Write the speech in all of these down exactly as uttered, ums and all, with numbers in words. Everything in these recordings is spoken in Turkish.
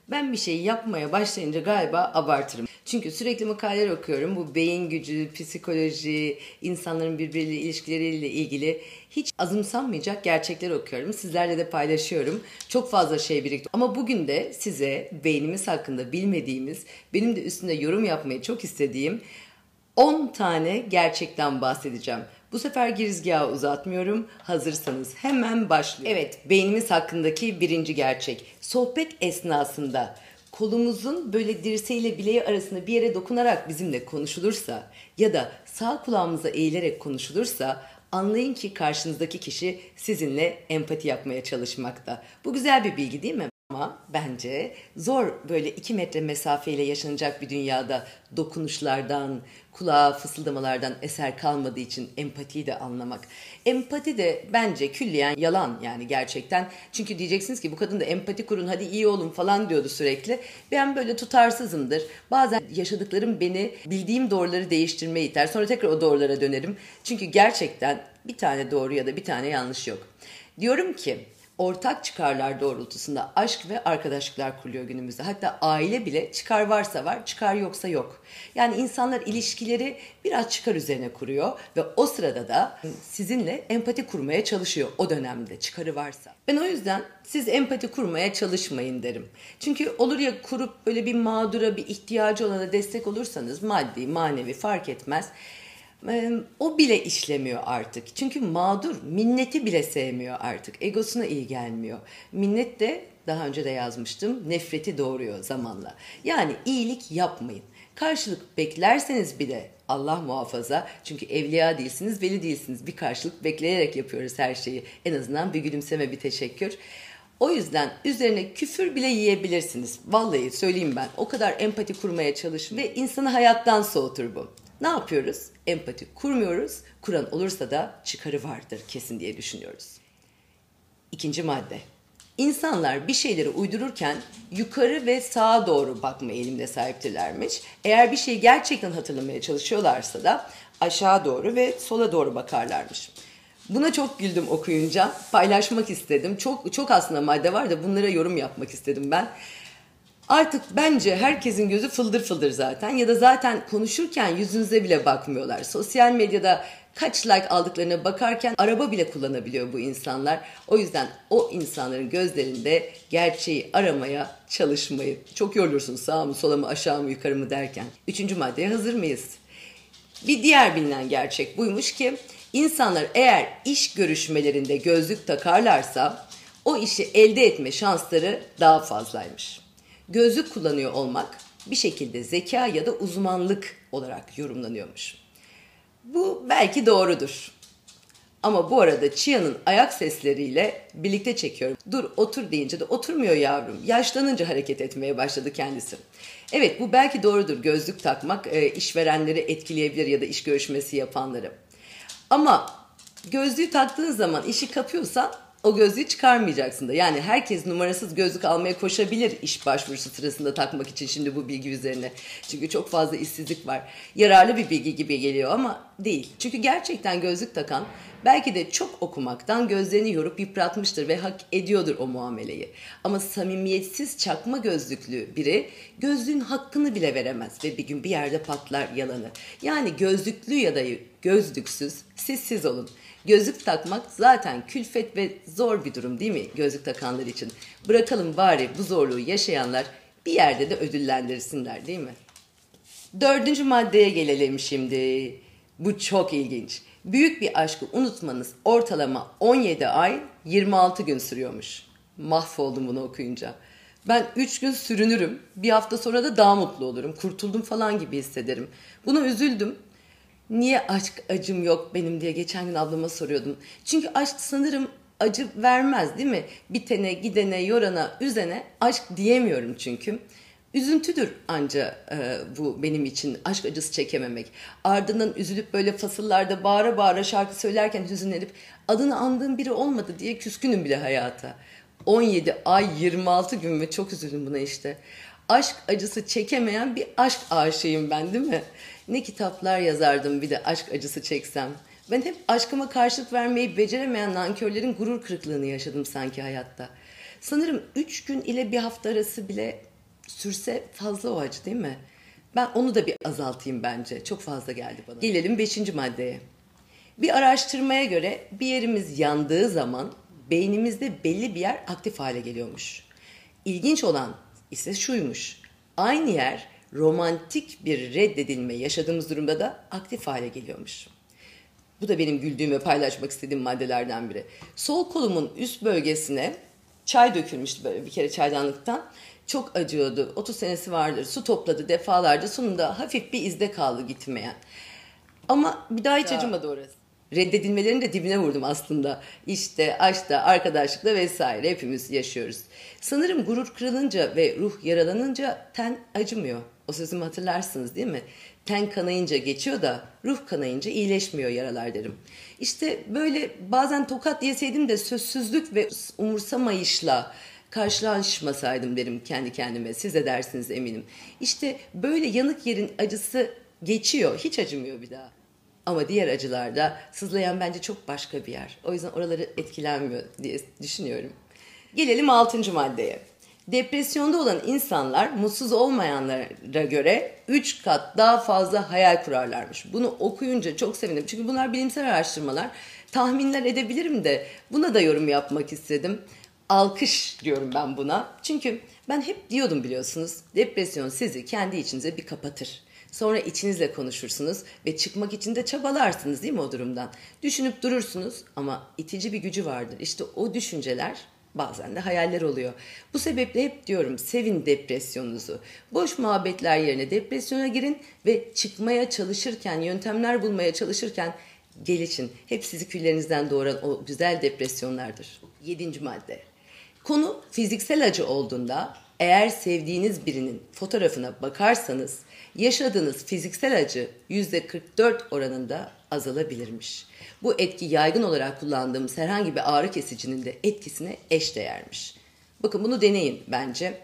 Ben bir şeyi yapmaya başlayınca galiba abartırım. Çünkü sürekli makaleler okuyorum. Bu beyin gücü, psikoloji, insanların birbiriyle ilişkileriyle ilgili hiç azımsanmayacak gerçekler okuyorum. Sizlerle de paylaşıyorum. Çok fazla şey birikti. Ama bugün de size beynimiz hakkında bilmediğimiz, benim de üstünde yorum yapmayı çok istediğim on tane gerçekten bahsedeceğim. Bu sefer girizgahı uzatmıyorum. Hazırsanız hemen başlıyorum. Evet, beynimiz hakkındaki birinci gerçek. Sohbet esnasında kolumuzun böyle dirseğiyle bileği arasında bir yere dokunarak bizimle konuşulursa ya da sağ kulağımıza eğilerek konuşulursa anlayın ki karşınızdaki kişi sizinle empati yapmaya çalışmakta. Bu güzel bir bilgi değil mi? Ama bence zor böyle iki metre mesafeyle yaşanacak bir dünyada dokunuşlardan, kulağa fısıldamalardan eser kalmadığı için empatiyi de anlamak. Empati de bence külliyen yalan yani gerçekten. Çünkü diyeceksiniz ki bu kadın da empati kurun hadi iyi olun falan diyordu sürekli. Ben böyle tutarsızımdır. Bazen yaşadıklarım beni bildiğim doğruları değiştirmeye iter. Sonra tekrar o doğrulara dönerim. Çünkü gerçekten bir tane doğru ya da bir tane yanlış yok. Diyorum ki ortak çıkarlar doğrultusunda aşk ve arkadaşlıklar kuruyor günümüzde. Hatta aile bile çıkar varsa var, çıkar yoksa yok. Yani insanlar ilişkileri biraz çıkar üzerine kuruyor ve o sırada da sizinle empati kurmaya çalışıyor o dönemde çıkarı varsa. Ben o yüzden siz empati kurmaya çalışmayın derim. Çünkü olur ya kurup böyle bir mağdura, bir ihtiyacı olana destek olursanız maddi, manevi fark etmez. O bile işlemiyor artık. Çünkü mağdur minneti bile sevmiyor artık. Egosuna iyi gelmiyor. Minnet de daha önce de yazmıştım. Nefreti doğuruyor zamanla. Yani iyilik yapmayın. Karşılık beklerseniz bile Allah muhafaza. Çünkü evliya değilsiniz, veli değilsiniz. Bir karşılık bekleyerek yapıyoruz her şeyi. En azından bir gülümseme, bir teşekkür. O yüzden üzerine küfür bile yiyebilirsiniz. Vallahi söyleyeyim ben. O kadar empati kurmaya çalışın ve insanı hayattan soğutur bu. Ne yapıyoruz? Empati kurmuyoruz. Kuran olursa da çıkarı vardır kesin diye düşünüyoruz. İkinci madde. İnsanlar bir şeyleri uydururken yukarı ve sağa doğru bakma eğilimine sahiptirlermiş. Eğer bir şeyi gerçekten hatırlamaya çalışıyorlarsa da aşağı doğru ve sola doğru bakarlarmış. Buna çok güldüm okuyunca. Paylaşmak istedim. Çok çok aslında madde var da bunlara yorum yapmak istedim ben. Artık bence herkesin gözü fıldır fıldır zaten ya da zaten konuşurken yüzünüze bile bakmıyorlar. Sosyal medyada kaç like aldıklarına bakarken araba bile kullanabiliyor bu insanlar. O yüzden o insanların gözlerinde gerçeği aramaya çalışmayın. Çok yorulursunuz sağ mı sola mı aşağı mı yukarı mı derken. Üçüncü maddeye hazır mıyız? Bir diğer bilinen gerçek buymuş ki insanlar eğer iş görüşmelerinde gözlük takarlarsa o işi elde etme şansları daha fazlaymış. Gözlük kullanıyor olmak bir şekilde zeka ya da uzmanlık olarak yorumlanıyormuş. Bu belki doğrudur. Ama bu arada Chia'nın ayak sesleriyle birlikte çekiyorum. Dur otur deyince de oturmuyor yavrum. Yaşlanınca hareket etmeye başladı kendisi. Evet bu belki doğrudur. Gözlük takmak e, işverenleri etkileyebilir ya da iş görüşmesi yapanları. Ama gözlüğü taktığın zaman işi kapıyorsan o gözlüğü çıkarmayacaksın da. Yani herkes numarasız gözlük almaya koşabilir iş başvurusu sırasında takmak için şimdi bu bilgi üzerine. Çünkü çok fazla işsizlik var. Yararlı bir bilgi gibi geliyor ama değil. Çünkü gerçekten gözlük takan belki de çok okumaktan gözlerini yorup yıpratmıştır ve hak ediyordur o muameleyi. Ama samimiyetsiz çakma gözlüklü biri gözlüğün hakkını bile veremez ve bir gün bir yerde patlar yalanı. Yani gözlüklü ya da gözlüksüz siz siz olun. Gözlük takmak zaten külfet ve zor bir durum değil mi gözlük takanlar için? Bırakalım bari bu zorluğu yaşayanlar bir yerde de ödüllendirsinler değil mi? Dördüncü maddeye gelelim şimdi. Bu çok ilginç. Büyük bir aşkı unutmanız ortalama on yedi ay yirmi altı gün sürüyormuş. Mahvoldum bunu okuyunca. Ben üç gün sürünürüm. Bir hafta sonra da daha mutlu olurum. Kurtuldum falan gibi hissederim. Buna üzüldüm. Niye aşk acım yok benim diye geçen gün ablama soruyordum. Çünkü aşk sanırım acı vermez değil mi? Bitene, gidene, yorana, üzene aşk diyemiyorum çünkü. Üzüntüdür anca e, bu benim için aşk acısı çekememek. Ardından üzülüp böyle fasıllarda bağıra bağıra şarkı söylerken hüzünlenip adını andığım biri olmadı diye küskünüm bile hayata. on yedi ay yirmi altı gün ve çok üzüldüm buna işte. Aşk acısı çekemeyen bir aşk aşığıyım ben değil mi? Ne kitaplar yazardım bir de aşk acısı çeksem. Ben hep aşkıma karşılık vermeyi beceremeyen nankörlerin gurur kırıklığını yaşadım sanki hayatta. Sanırım üç gün ile bir hafta arası bile sürse fazla o acı değil mi? Ben onu da bir azaltayım bence. Çok fazla geldi bana. Gelelim beşinci maddeye. Bir araştırmaya göre bir yerimiz yandığı zaman beynimizde belli bir yer aktif hale geliyormuş. İlginç olan ise şuymuş. Aynı yer romantik bir reddedilme yaşadığımız durumda da aktif hale geliyormuş. Bu da benim güldüğüm ve paylaşmak istediğim maddelerden biri. Sol kolumun üst bölgesine çay dökülmüştü böyle bir kere çaydanlıktan. Çok acıyordu. otuz senesi vardır. Su topladı defalarca. Sonunda hafif bir izde kaldı gitmeyen. Ama bir daha hiç ya. Acımadı orası. Reddedilmelerin de dibine vurdum aslında. İşte, aşkta, arkadaşlıkla vesaire hepimiz yaşıyoruz. Sanırım gurur kırılınca ve ruh yaralanınca ten acımıyor. O sözümü hatırlarsınız değil mi? Ten kanayınca geçiyor da ruh kanayınca iyileşmiyor yaralar derim. İşte böyle bazen tokat yeseydim de sözsüzlük ve umursamayışla karşılaşmasaydım derim kendi kendime. Siz de dersiniz eminim. İşte böyle yanık yerin acısı geçiyor. Hiç acımıyor bir daha. Ama diğer acılarda sızlayan bence çok başka bir yer. O yüzden oraları etkilenmiyor diye düşünüyorum. Gelelim altıncı maddeye. Depresyonda olan insanlar mutsuz olmayanlara göre üç kat daha fazla hayal kurarlarmış. Bunu okuyunca çok sevindim. Çünkü bunlar bilimsel araştırmalar. Tahminler edebilirim de buna da yorum yapmak istedim. Alkış diyorum ben buna. Çünkü ben hep diyordum biliyorsunuz. Depresyon sizi kendi içinize bir kapatır. Sonra içinizle konuşursunuz ve çıkmak için de çabalarsınız değil mi o durumdan? Düşünüp durursunuz ama itici bir gücü vardır. İşte o düşünceler bazen de hayaller oluyor. Bu sebeple hep diyorum sevin depresyonunuzu. Boş muhabbetler yerine depresyona girin ve çıkmaya çalışırken, yöntemler bulmaya çalışırken gelişin. Hep sizi küllerinizden doğuran o güzel depresyonlardır. Yedinci madde. Konu fiziksel acı olduğunda eğer sevdiğiniz birinin fotoğrafına bakarsanız yaşadığınız fiziksel acı yüzde kırk dört oranında azalabilirmiş. Bu etki yaygın olarak kullandığımız herhangi bir ağrı kesicinin de etkisine eşdeğermiş. Bakın bunu deneyin bence.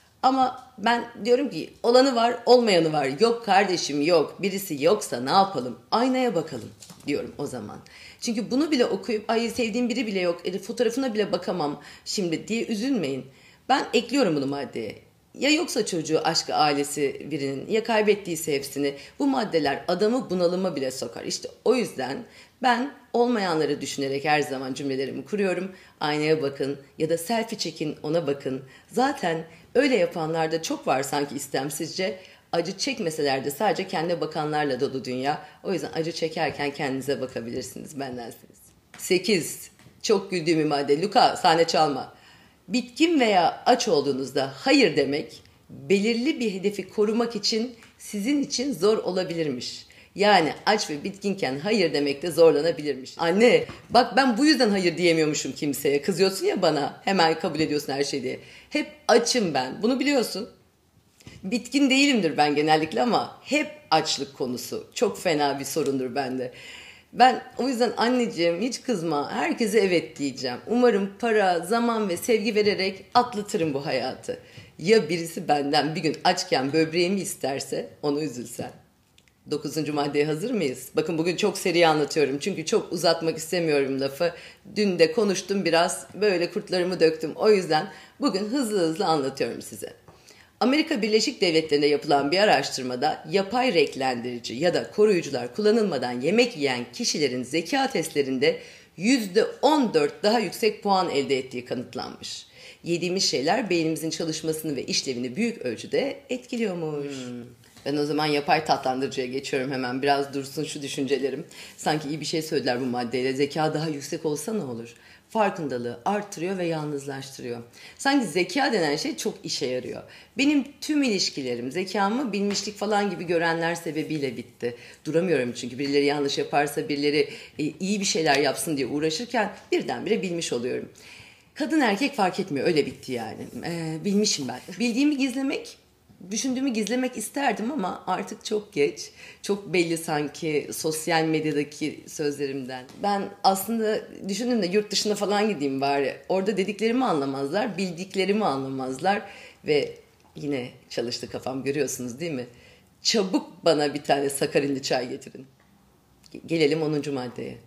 Ama ben diyorum ki olanı var olmayanı var. Yok kardeşim yok birisi yoksa ne yapalım? Aynaya bakalım diyorum o zaman. Çünkü bunu bile okuyup ay sevdiğim biri bile yok fotoğrafına bile bakamam şimdi diye üzülmeyin. Ben ekliyorum bunu maddeye. Ya yoksa çocuğu, aşkı, ailesi birinin ya kaybettiyse hepsini bu maddeler adamı bunalıma bile sokar. İşte o yüzden ben olmayanları düşünerek her zaman cümlelerimi kuruyorum. Aynaya bakın ya da selfie çekin ona bakın. Zaten öyle yapanlar da çok var sanki istemsizce. Acı çekmeseler de sadece kendine bakanlarla dolu dünya. O yüzden acı çekerken kendinize bakabilirsiniz bendensiniz. sekiz. Çok güldüğüm bir madde. Luka sahne çalma. Bitkin veya aç olduğunuzda hayır demek belirli bir hedefi korumak için sizin için zor olabilirmiş. Yani aç ve bitkinken hayır demekte zorlanabilirmiş. Anne bak ben bu yüzden hayır diyemiyormuşum kimseye. Kızıyorsun ya bana hemen kabul ediyorsun her şeyi diye. Hep açım ben bunu biliyorsun. Bitkin değilimdir ben genellikle ama hep açlık konusu. Çok fena bir sorundur bende. Ben o yüzden anneciğim hiç kızma herkese evet diyeceğim. Umarım para, zaman ve sevgi vererek atlatırım bu hayatı. Ya birisi benden bir gün açken böbreğimi isterse onu üzülsen. Dokuzuncu maddeye hazır mıyız? Bakın bugün çok seri anlatıyorum çünkü çok uzatmak istemiyorum lafı. Dün de konuştum biraz böyle kurtlarımı döktüm. O yüzden bugün hızlı hızlı anlatıyorum size. Amerika Birleşik Devletleri'nde yapılan bir araştırmada yapay renklendirici ya da koruyucular kullanılmadan yemek yiyen kişilerin zeka testlerinde yüzde on dört daha yüksek puan elde ettiği kanıtlanmış. Yediğimiz şeyler beynimizin çalışmasını ve işlevini büyük ölçüde etkiliyormuş. Hmm. Ben o zaman yapay tatlandırıcıya geçiyorum hemen. Biraz dursun şu düşüncelerim. Sanki iyi bir şey söylediler bu maddeyle. Zeka daha yüksek olsa ne olur? Farkındalığı arttırıyor ve yalnızlaştırıyor. Sanki zeka denen şey çok işe yarıyor. Benim tüm ilişkilerim zekamı bilmişlik falan gibi görenler sebebiyle bitti. Duramıyorum çünkü birileri yanlış yaparsa birileri iyi bir şeyler yapsın diye uğraşırken birdenbire bilmiş oluyorum. Kadın erkek fark etmiyor öyle bitti yani. Ee, bilmişim ben. Bildiğimi gizlemek, düşündüğümü gizlemek isterdim ama artık çok geç. Çok belli sanki sosyal medyadaki sözlerimden. Ben aslında düşündüm de yurt dışına falan gideyim bari. Orada dediklerimi anlamazlar, bildiklerimi anlamazlar. Ve yine çalıştı kafam görüyorsunuz değil mi? Çabuk bana bir tane sakarinli çay getirin. Gelelim onuncu maddeye.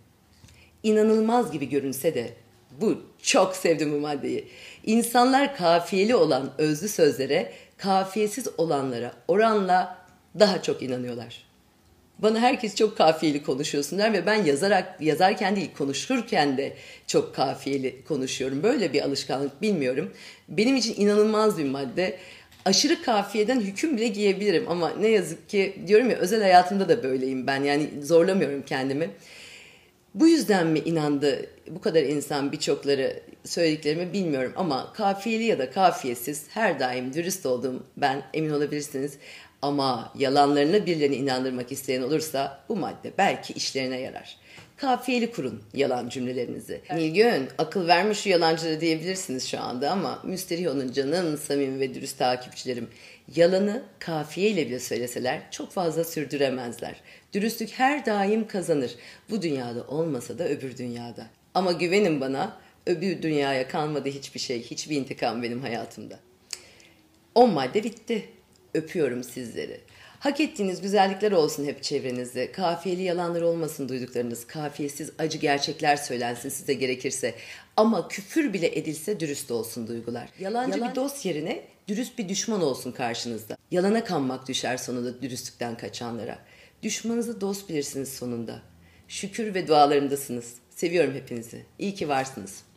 İnanılmaz gibi görünse de bu çok sevdim bu maddeyi. İnsanlar kafiyeli olan özlü sözlere kafiyesiz olanlara oranla daha çok inanıyorlar. Bana herkes çok kafiyeli konuşuyorsun der ve ben yazarak yazarken değil konuşurken de çok kafiyeli konuşuyorum. Böyle bir alışkanlık bilmiyorum. Benim için inanılmaz bir madde. Aşırı kafiyeden hüküm bile giyebilirim ama ne yazık ki diyorum ya özel hayatımda da böyleyim ben. Yani zorlamıyorum kendimi. Bu yüzden mi inandı bu kadar insan birçokları söylediklerimi bilmiyorum ama kafiyeli ya da kafiyesiz her daim dürüst olduğum ben emin olabilirsiniz. Ama yalanlarına birilerini inandırmak isteyen olursa bu madde belki işlerine yarar. Kafiyeli kurun yalan cümlelerinizi. Nilgün, akıl vermiş şu yalancıları diyebilirsiniz şu anda ama Müsterihon'un canım, samimi ve dürüst takipçilerim. Yalanı kafiyeyle bile söyleseler çok fazla sürdüremezler. Dürüstlük her daim kazanır. Bu dünyada olmasa da öbür dünyada. Ama güvenin bana, öbür dünyaya kalmadı hiçbir şey, hiçbir intikam benim hayatımda. On madde bitti. Öpüyorum sizleri. Hak ettiğiniz güzellikler olsun hep çevrenizde. Kafiyeli yalanlar olmasın duyduklarınız. Kafiyesiz acı gerçekler söylensin size gerekirse. Ama küfür bile edilse dürüst olsun duygular. Yalancı Yalan... bir dost yerine dürüst bir düşman olsun karşınızda. Yalana kanmak düşer sonunda dürüstlükten kaçanlara. Düşmanınızı dost bilirsiniz sonunda. Şükür ve dualarımdasınız. Seviyorum hepinizi. İyi ki varsınız.